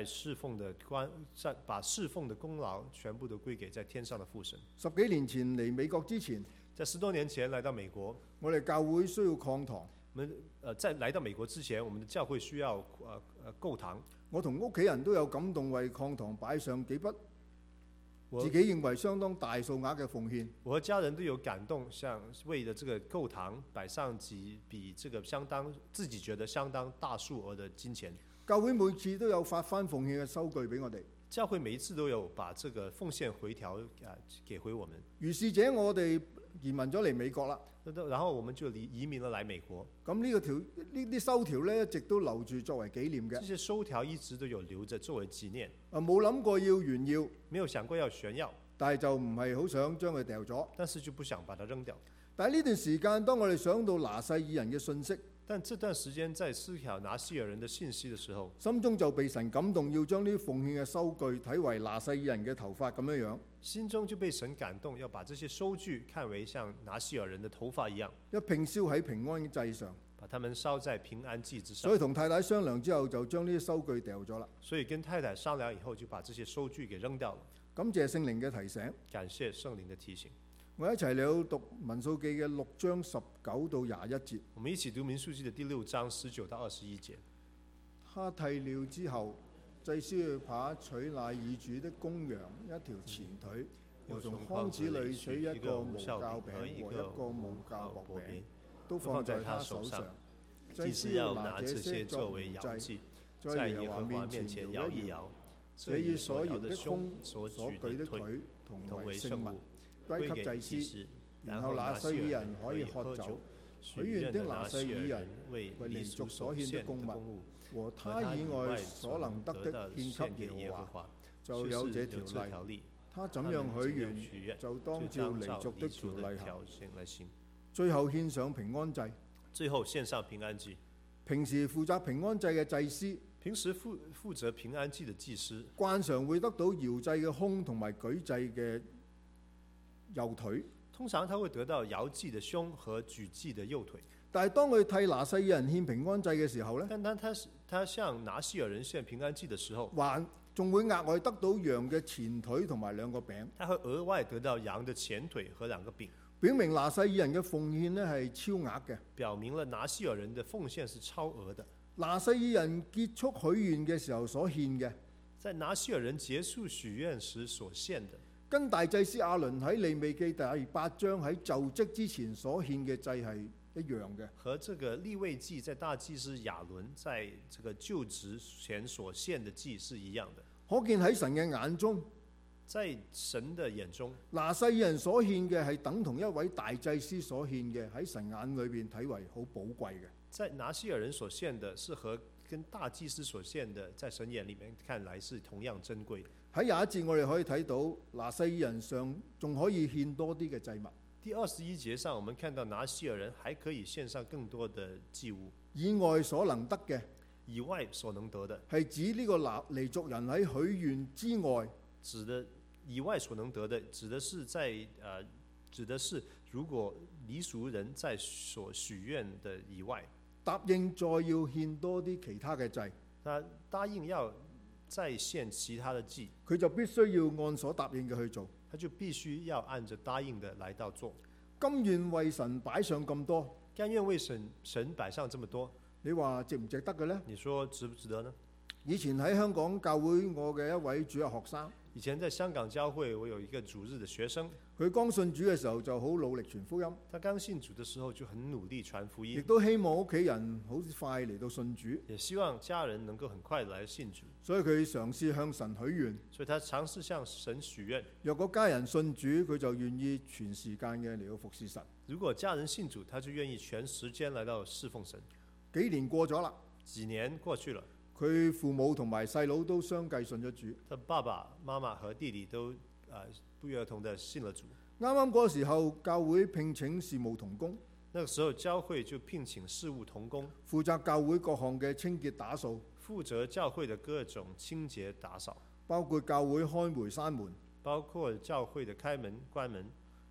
把侍奉的功勞全部都歸給在天上的父神。 10幾年前嚟美國之前， 在10多年前來到美國， 我哋教會需要擴堂。 在來到美國之前，我們的教會需要購堂。 我同屋企人都有感動，為擴堂擺上幾筆自己認為相當大數額嘅奉獻。 我和家人都有感動，像為了這個購堂擺上幾筆這個自己覺得相當大數額的金錢。 教會每次都有發翻奉獻嘅收據俾我哋。 教會每一次都有把這個奉獻回條給回我們。 如是者，我哋移民咗嚟美國啦。 然後我們就移民了來美國。 咁呢啲收條咧，一直都留住作為紀念嘅。 這些收條一直都有留着作為紀念。 冇諗過要炫耀， 沒有想過要炫耀， 但係就唔係好想將佢掉咗。 但是就不想把它扔掉。 但係呢段時間，當我哋想到拿細耳人嘅信息， 但這段時間在思考拿細耳人的信息的時候， 心中就被神感動，要將呢啲奉獻嘅收據睇為拿細耳人嘅頭髮咁樣樣。 心中就被神感動，要把這些收據看為像拿細耳人的頭髮一樣， 一併燒喺平安祭上， 把他們燒在平安祭之上。 所以同太太商量之後，就將呢啲收據掉咗啦。 所以跟太太商量以後，就把這些收據給扔掉了。 感謝聖靈嘅提醒， 感謝聖靈的提醒。 我一齊嚟讀民數記嘅6章19到21節。 我們一起讀民數記的第6章19到21節。 他剃了之後，祭司要把取那耳主的公羊一條前腿，又從筐子裏取一個無酵餅和一個無酵薄餅，都放在他手上。 祭司要拿這些作為搖祭，在耶和華面前搖一搖，這與所搖的胸所舉的腿同為聖物，歸給祭司。然後拿細耳人可以喝酒。許願的拿細耳人為離族所獻的供物和他以外所能得的獻給耶和華，就有這條例。他怎樣許願，就當照離族的條例行。最後獻上平安祭。 最後獻上平安祭。 平時負責平安祭嘅祭司， 平時負責平安祭的祭司， 慣常會得到搖祭嘅胸同埋舉祭嘅右腿。 通常他會得到搖祭的胸和舉祭的右腿。 但係當佢替拿細耳人獻平安祭嘅時候呢， 但當他向拿細耳人獻平安祭的時候， 還仲會額外得到羊嘅前腿同埋2個餅。 他會額外得到羊的前腿和2個餅， 表明拿細耳人嘅奉獻呢係超額嘅。 表明了拿細耳人的奉獻是超額的。 拿細耳人結束許願嘅時候所獻嘅， 在拿細耳人結束許願時所獻的， 跟大祭司亞倫喺利未記第8章喺就職之前所獻嘅祭係一樣嘅。 和這個利未記在大祭司亞倫在這個就職前所獻的祭是一樣的。 可見喺神嘅眼中， 在神的眼中， 拿細耳人所獻嘅係等同一位大祭司所獻嘅，喺神眼裏邊睇為好寶貴嘅。 在拿細耳人所獻的是和跟大祭司所獻的，在神眼裡面看來是同樣珍貴的。 喺21節我哋可以睇到拿細耳人上仲可以獻多啲嘅祭物。 第21節上，我們看到拿細耳人還可以獻上更多的祭物。 以外所能得嘅， 以外所能得的， 係指呢個離族人喺許願之外， 指的以外所能得的，指的是如果離族人在所許願的以外， 答應再要獻多啲其他嘅祭， 他答應要再獻其他的祭， 佢就必須要按所答應嘅去做， 他就必須要按着答應的來到做。 甘願為神擺上咁多， 甘願為神擺上這麼多， 你話值唔值得嘅呢？ 你說值不值得呢？ 以前喺香港教會我嘅一位主日學生， 以前在香港教會我有一個主日的學生， 佢剛信主嘅時候就好努力傳福音。 他剛信主的時候就很努力傳福音， 亦都希望屋企人好快嚟到信主， 也希望家人能夠很快來信主。 所以佢嘗試向神許願， 所以他嘗試向神許願。 若果家人信主，佢就願意全時間嘅嚟到服侍神。 如果家人信主，他就願意全時間來到侍奉神。 幾年過咗啦， 幾年過去了， 佢父母同埋細佬都相繼信咗主。 他爸爸媽媽和弟弟都不約而同的信了主。 啱啱嗰個時候，教會聘請事務同工。 那個時候，教會就聘請事務同工， 負責教會各項嘅清潔打掃， 負責教會的各種清潔打掃， 包括教會開門閂門， 包括教會的開門關門，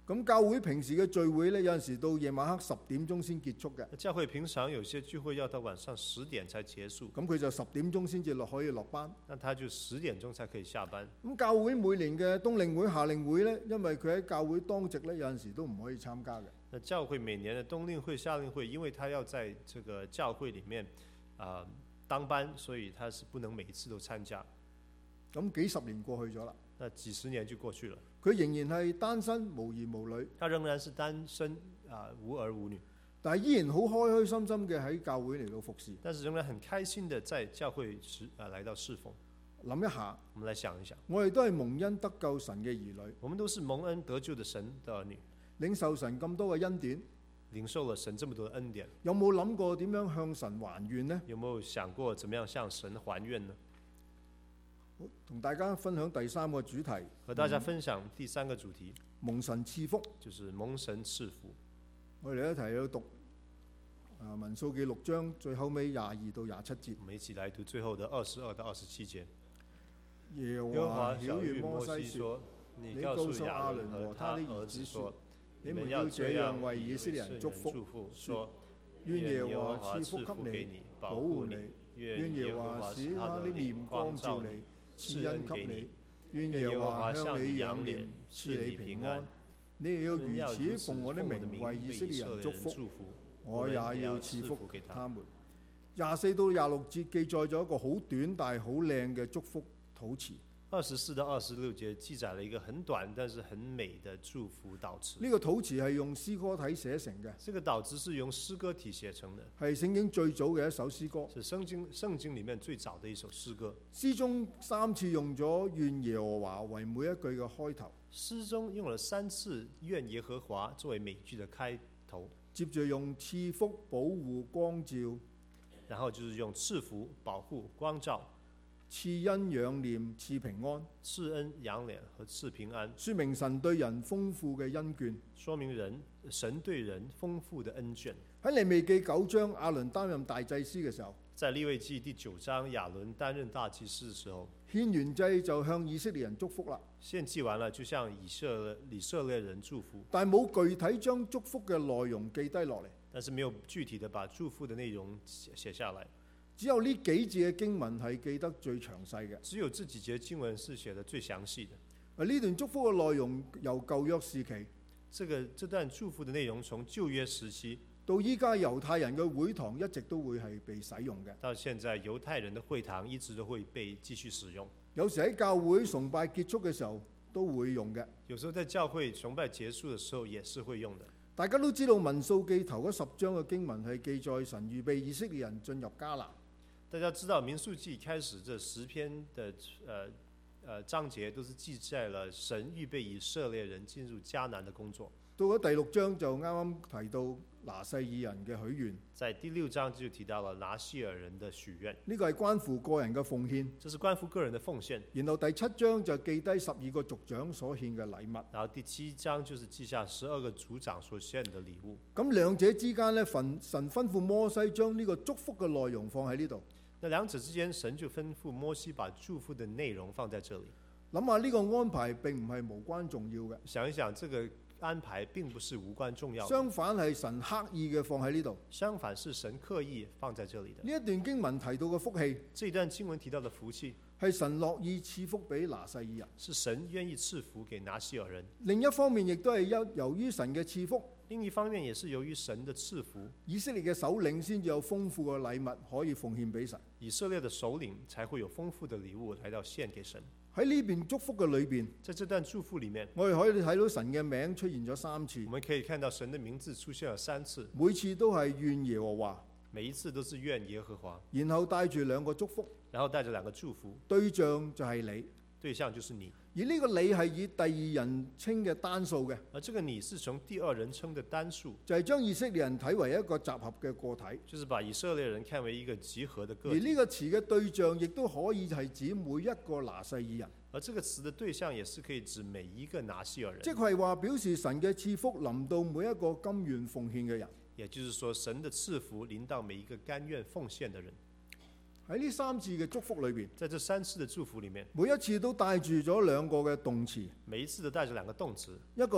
咁教會平時嘅聚會呢，有陣時到夜晚黑10點鐘先結束嘅。 教會平常有些聚會要到晚上10點才結束， 咁佢就10點鐘先至可以落班。 那他就10點鐘才可以下班。 咁教會每年嘅冬令會、夏令會呢，因為佢喺教會當值呢，有陣時都唔可以參加嘅。 那教會每年的冬令會、夏令會，因為他要在這個教會裡面當班，所以他是不能每一次都參加。 咁幾十年過去咗啦， 那幾十年就過去了， 佢仍然係單身無兒無女。 他仍然是單身無兒無女， 但係依然好開開心心嘅喺教會嚟到服侍。 但是仍然很開心的在教會來到侍奉。 諗一下， 我們來想一想， 我哋都係蒙恩得救神嘅兒女， 我們都是蒙恩得救的神的兒女， 領受神咁多嘅恩典， 領受了神這麼多的恩典， 有冇諗過點樣向神還願呢？ 有沒有想過怎麼樣向神還願呢？ 同大家分享第3個主題， 和大家分享第3個主題， 蒙神賜福， 就是蒙神賜福。 我哋一齊去讀民數記6章最後尾22到27節。 我們一起來讀最後的22到27節。 耶和華曉諭摩西說：你告訴亞倫和他的兒子說，你們要這樣為以色列人祝福，說：願耶和華賜福給你，保護你；願耶和華使他的臉光照你，賜恩給你；願耶和華向你仰臉，賜你平安。你也要如此奉我的名為以色列人祝福，我也要賜福給他們。24到26節記載咗一個好短但係好靚嘅祝福禱詞。 24到26節記載了一個很短但是很美的祝福禱詞。 呢個禱詞係用詩歌體寫成嘅。 這個禱詞是用詩歌體寫成的， 係聖經最早嘅一首詩歌。 是聖經裡面最早的一首詩歌。 詩中3次用咗願耶和華為每一句嘅開頭。 詩中用了3次願耶和華作為每句的開頭。 接住用賜福、保護、光照， 然後就是用賜福、保護、光照。 賜恩養憐賜平安， 賜恩養憐和賜平安， 說明神對人豐富嘅恩眷， 說明神對人豐富的恩眷。 喺利未記9章亞倫擔任大祭司嘅時候， 在利未記第9章亞倫擔任大祭司嘅時候， 獻完祭就向以色列人祝福啦。 獻祭完了就向以色列人祝福， 但冇具體將祝福嘅內容記低落嚟， 但是沒有具體的把祝福的內容寫下來。 只有呢幾節嘅經文係記得最詳細嘅。 只有這幾節經文是寫得最詳細的。 呢段祝福嘅內容由舊約時期， 這段祝福的內容從舊約時期到依家猶太人嘅會堂一直都會係被使用嘅。 到現在猶太人的會堂一直都會被繼續使用。 有時喺教會崇拜結束嘅時候都會用嘅。 有時候在教會崇拜結束嘅時候也是會用的。 大家都知道民數記頭嗰10章嘅經文係記載神預備以色列人進入迦南。 大家知道民數記開始這10篇的章節都是記載了神預備以色列人進入迦南的工作。 到咗第6章就啱啱提到拿細耳人嘅許願。 在第6章就提到了拿細耳人的許願。 呢個係關乎個人嘅奉獻。 這是關乎個人的奉獻。 然後第7章就記低12個族長所獻嘅禮物。 然後第7章就是記下12個族長所獻的禮物。 咁兩者之間呢，神吩咐摩西將呢個祝福嘅內容放喺呢度。 那兩者之間，神就吩咐摩西把祝福的內容放在這裡。 諗下呢個安排並唔係無關重要嘅。 想一想，這個安排並不是無關重要的。 相反係神刻意嘅放喺呢度。 相反是神刻意放在這裡的。 呢一段經文提到嘅福氣， 這一段經文提到的福氣， 係神樂意賜福俾拿細耳人。 是神願意賜福給拿細耳人。 另一方面亦都係由於神嘅賜福。 另一方面也是由於神的賜福， 以色列嘅首領先至有豐富嘅禮物可以奉獻俾神。 以色列的首領才會有豐富的禮物來到獻給神。 喺呢邊祝福嘅裏邊， 在這段祝福裡面， 我哋可以睇到神嘅名出現咗3次。 我們可以看到神的名字出現了3次， 每次都係願耶和華， 每一次都是願耶和華， 然後帶住2個祝福， 然後帶着2個祝福， 對象就係你， 對象就是你。 而呢個你係以第2人稱嘅單數嘅， 而這個你是從第2人稱的單數， 就係將以色列人睇為一個集合嘅個體， 就是把以色列人看為一個集合的個體。 而呢個詞嘅對象亦都可以係指每一個拿細耳人， 而這個詞的對象也是可以指每一個拿細耳人， 即係話表示神嘅賜福臨到每一個甘願奉獻嘅人。 也就是說神的賜福臨到每一個甘願奉獻的人。 喺呢3次嘅祝福裏邊， 在這3次的祝福裡面， 每一次都帶住咗2個嘅動詞， 每一次都帶着2個動詞， 一個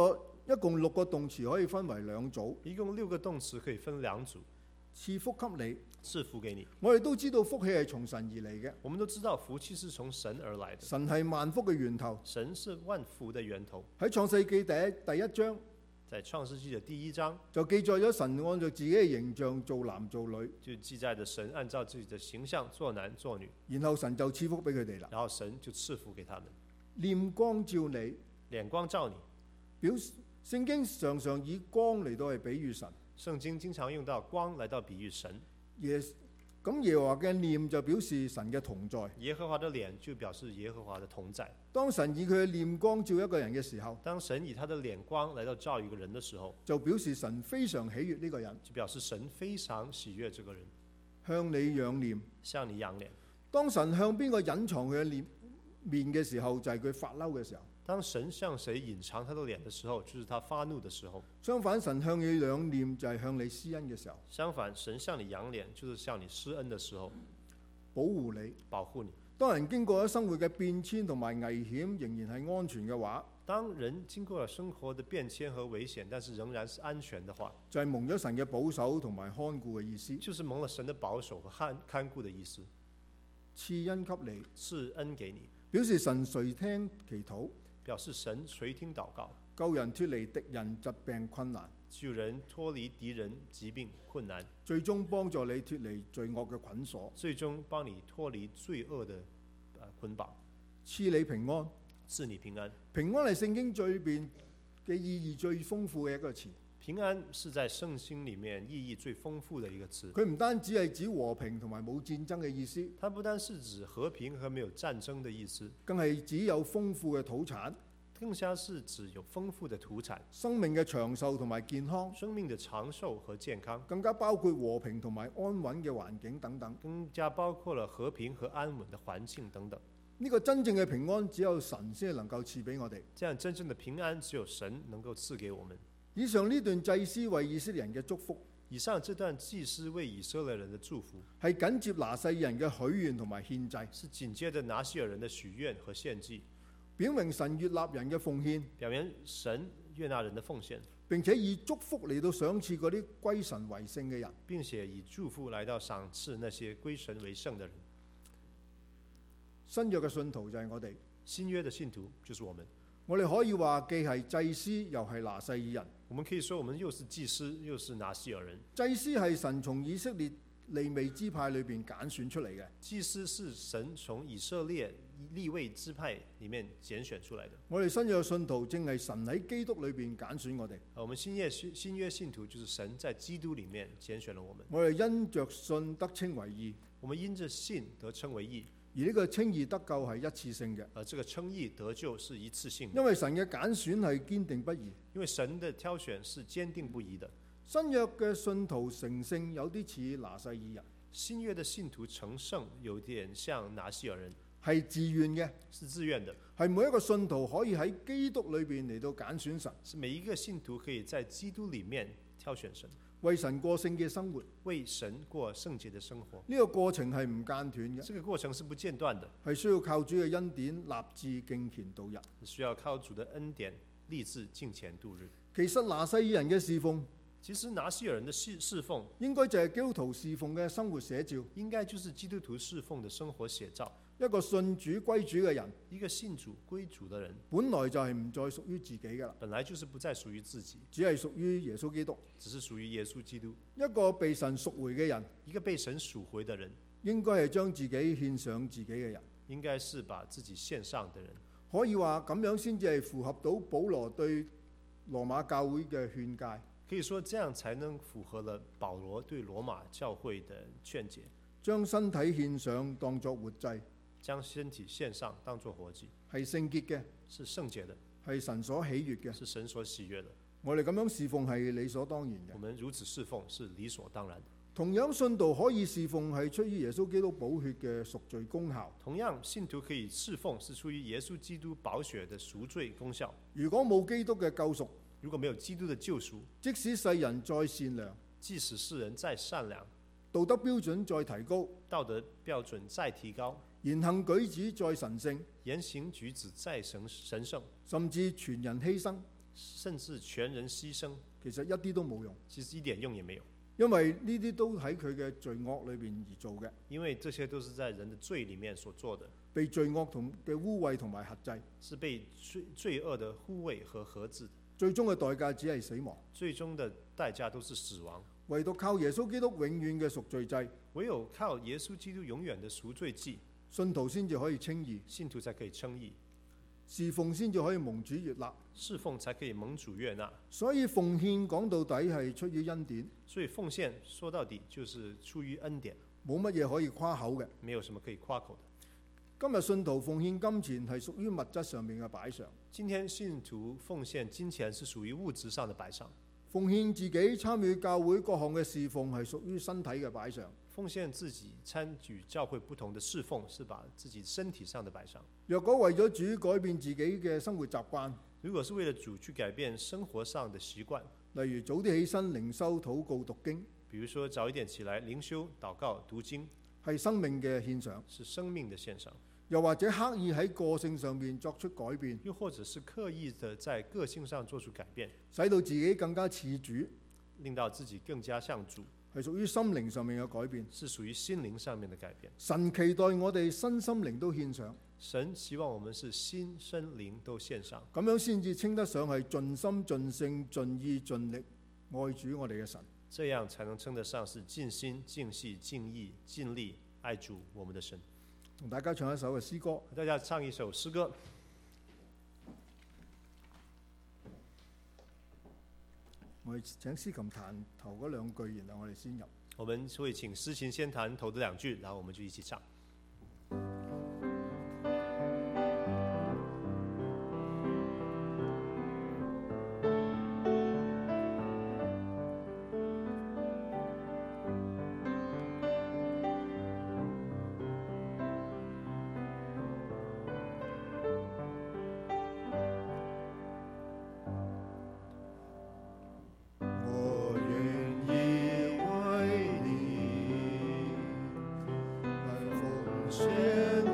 一共6個動詞可以分為2組， 一共6個動詞可以分2組。 賜福給你， 賜福給你。 我哋都知道福氣係從神而嚟嘅， 我們都知道福氣是從神而來的， 神係萬福嘅源頭， 神是萬福的源頭。 喺創世記第一章， 在創世記的第1章就記載咗神按照自己嘅形象做男做女， 就記載着神按照自己的形象做男做女， 然後神就賜福俾佢哋啦。 然後神就賜福給他們。 臉光照你， 臉光照你， 聖經常常以光嚟到係比喻神。 聖經經常用到光來到比喻神。 咁耶和華嘅臉就表示神嘅同在， 耶和華的臉就表示耶和華的同在。 當神以佢嘅臉光照一個人嘅時候， 當神以他的臉光來到照一個人的時候， 就表示神非常喜悅呢個人， 就表示神非常喜悅這個人， 向你仰臉， 向你仰臉。 當神向邊個隱藏佢嘅面嘅時候，就係佢發嬲嘅時候。 當神向誰隱藏他的臉的時候，就是他發怒的時候。 相反，神向你仰臉就係向你施恩嘅時候。 相反，神向你仰臉就是向你施恩的時候， 保護你， 保護你。 當人經過咗生活嘅變遷同埋危險，仍然係安全嘅話， 當人經過了生活的變遷和危險，但是仍然是安全的話， 就係蒙咗神嘅保守同埋看顧嘅意思。 就是蒙了神的保守和看顧的意思。 賜恩給你， 賜恩給你， 表示神垂聽祈禱， 表示神垂聽禱告， 救人脫離敵人疾病困難， 救人脫離敵人疾病困難， 最終幫助你脫離罪惡嘅捆鎖， 最終幫你脫離罪惡的捆綁， 賜你平安， 賜你平安。 平安係聖經最邊嘅意義最豐富嘅一個詞。 平安是在聖經裡面意義最豐富的一個詞。 佢唔單止係指和平同埋冇戰爭嘅意思， 它不單是指和平和沒有戰爭的意思， 更係指有豐富嘅土產， 更加是指有豐富的土產， 生命嘅長壽同埋健康， 生命的長壽和健康， 更加包括和平同埋安穩嘅環境等等， 更加包括了和平和安穩的環境等等。 呢個真正嘅平安只有神先係能夠賜俾我哋。 這樣真正的平安只有神能夠賜給我們。 以上呢段祭司為以色列人嘅祝福， 以上這段祭司為以色列人的祝福， 係緊接拿細耳人嘅許願同埋獻祭， 是緊接着拿細耳人的許願和獻祭， 表明神悅納人嘅奉獻， 表明神悅納人的奉獻， 並且以祝福嚟到賞賜嗰啲歸神為聖嘅人， 並且以祝福來到賞賜那些歸神為聖的人。 新約嘅信徒就係我哋， 新約的信徒就是我們。 我哋可以話既係祭司又係拿細耳人。 我們可以說我們又是祭司又是拿細耳人。 祭司係神從以色列利未支派裏邊揀選出嚟嘅。 祭司是神從以色列利未支派裡面揀選出來的。 我哋新約信徒正係神喺基督裏邊揀選我哋。 我們新約信徒就是神在基督裡面揀選了我們。 我哋因着信得稱為義。 我們因着信得稱為義。 而呢個稱義得救係一次性嘅。 而這個稱義得救是一次性的。 因為神嘅揀選係堅定不移。 因為神的挑選是堅定不移的。 新約嘅信徒成聖有啲似拿細耳人。 新約的信徒成聖有點像拿細耳人。 係自願嘅。 是自願的。 係每一個信徒可以喺基督裏邊嚟到揀選神。 是每一個信徒可以在基督裡面挑選神。 為神過聖嘅生活， 為神過聖潔的生活， 呢個過程係唔間斷嘅。 這個過程是不間斷的， 係需要靠主嘅恩典立志敬虔度日。 需要靠主的恩典立志敬虔度日。 其實拿細耳人嘅侍奉， 其實拿細耳人的侍奉， 應該就係基督徒侍奉嘅生活寫照。 應該就是基督徒侍奉的生活寫照。 一個信主歸主嘅人， 一個信主歸主的人， 本來就係唔再屬於自己㗎啦。 本來就是不再屬於自己， 只係屬於耶穌基督。 只是屬於耶穌基督。 一個被神贖回嘅人， 一個被神贖回的人， 應該係將自己獻上自己嘅人， 應該是把自己獻上的人。 可以話咁樣先至係符合到保羅對羅馬教會嘅勸誡。 可以說這樣才能符合了保羅對羅馬教會的勸解。 將身體獻上當作活祭， 將身體獻上當作活祭， 係聖潔嘅， 是聖潔的， 係神所喜悅嘅， 是神所喜悅的。 我哋咁樣侍奉係理所當然嘅。 我們如此侍奉是理所當然的。 同樣，信徒可以侍奉係出於耶穌基督寶血嘅贖罪功效。 同樣，信徒可以侍奉是出於耶穌基督寶血的贖罪功效。 如果冇基督嘅救贖， 如果沒有基督的救贖， 即使世人再善良， 即使世人再善良， 道德標準再提高， 道德標準再提高， 言行舉止再神聖， 言行舉止再神聖， 甚至全人犧牲， 甚至全人犧牲， 其實一啲都冇用， 其實一點用也沒有。 因為呢啲都喺佢嘅罪惡裏邊而做嘅， 因為這些都是在人的罪裡面所做的， 被罪惡同嘅污穢同埋轄制， 是被罪惡的污穢和轄制， 最終嘅代價只係死亡， 最終的代價都是死亡。 唯獨靠耶穌基督永遠嘅贖罪祭， 唯有靠耶穌基督永遠的贖罪祭， 信徒先至可以稱義， 信徒才可以稱義， 侍奉先至可以蒙主悅納， 侍奉才可以蒙主悅納。 所以奉獻講到底係出於恩典， 所以奉獻說到底就是出於恩典， 冇乜嘢可以誇口嘅。 沒有什麼可以誇口的。 今日信徒奉獻金錢係屬於物質上面嘅擺上， 今天信徒奉獻金錢是屬於物質上的擺上， 奉獻自己參與教會各項嘅侍奉係屬於身體嘅擺上。 奉獻自己參與教會不同的侍奉，是把自己身體上的擺上。 若果為咗主改變自己嘅生活習慣， 如果是為了主去改變生活上的習慣， 例如早啲起身靈修、禱告、讀經， 比如說早一點起來靈修、禱告、讀經， 係生命嘅獻上， 是生命的獻上。 又或者刻意喺個性上面作出改變， 又或者是刻意的在個性上做出改變， 使到自己更加似主， 令到自己更加像主， 係屬於心靈上面嘅改變， 是屬於心靈上面的改變。 神期待我哋身心靈都獻上， 神希望我們是心身靈都獻上， 咁樣先至稱得上係盡心盡性盡意盡力愛主我哋嘅神， 這樣才能稱得上是盡心盡性盡意盡力愛主我們的神。 同大家唱一首嘅詩歌， 大家唱一首詩歌。 我哋請司琴彈頭嗰兩句，然後我哋先入。 我們會請司琴先彈頭的兩句，然後我們就一起唱。 全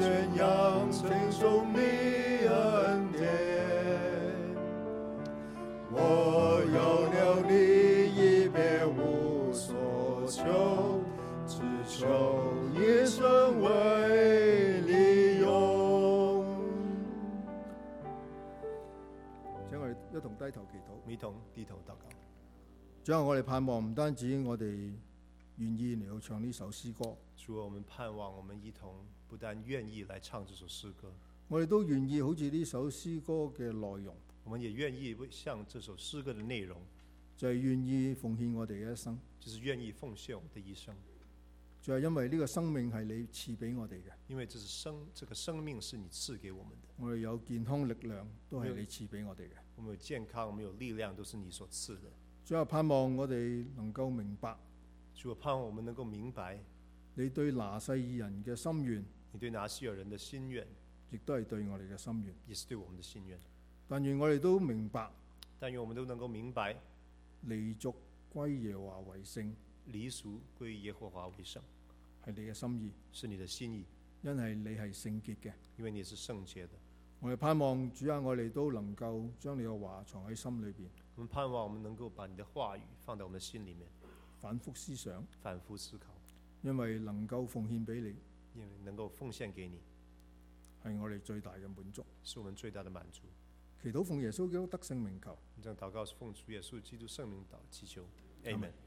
宣扬承受你恩典。我有了你一别无所求，只求一生为你用。請我哋一同低頭祈禱。 我們一同低頭禱告。 主啊，我哋盼望唔單止我哋願意嚟到唱呢首詩歌， 主啊，我們盼望我們一同不但願意來唱這首詩歌， 我哋都願意好似呢首詩歌嘅內容， 我們也願意像這首詩歌的內容， 就係願意奉獻我哋嘅一生， 就是願意奉獻我們的一生。 就係因為呢個生命係你賜俾我哋嘅， 因為這個生命是你賜給我們的。 我哋有健康力量都係你賜俾我哋嘅。 我們有健康，我們有力量，都是你所賜的。 最後盼望我哋能夠明白， 主啊，盼望我們能夠明白你對拿細耳人嘅心願， 你對拿細耳人的心願， 亦都係對我哋嘅心願， 也是對我們的心願。 但願我哋都明白， 但願我們都能夠明白， 離俗歸耶和華為聖， 離俗歸耶和華為聖， 係你嘅心意， 是你的心意， 因為你係聖潔嘅。 因為你是聖潔的。 我哋盼望主啊，我哋都能夠將你嘅話藏喺心裏邊。 我們盼望我們能夠把你的話語放在我們的心裡面， 反覆思想， 反覆思考， 因為能夠奉獻俾你， 因為能夠奉獻給你， 係我哋最大嘅滿足， 是我們最大的滿足。 祈禱奉耶穌基督得勝名求， 這樣禱告是奉主耶穌基督聖名祈求，Amen。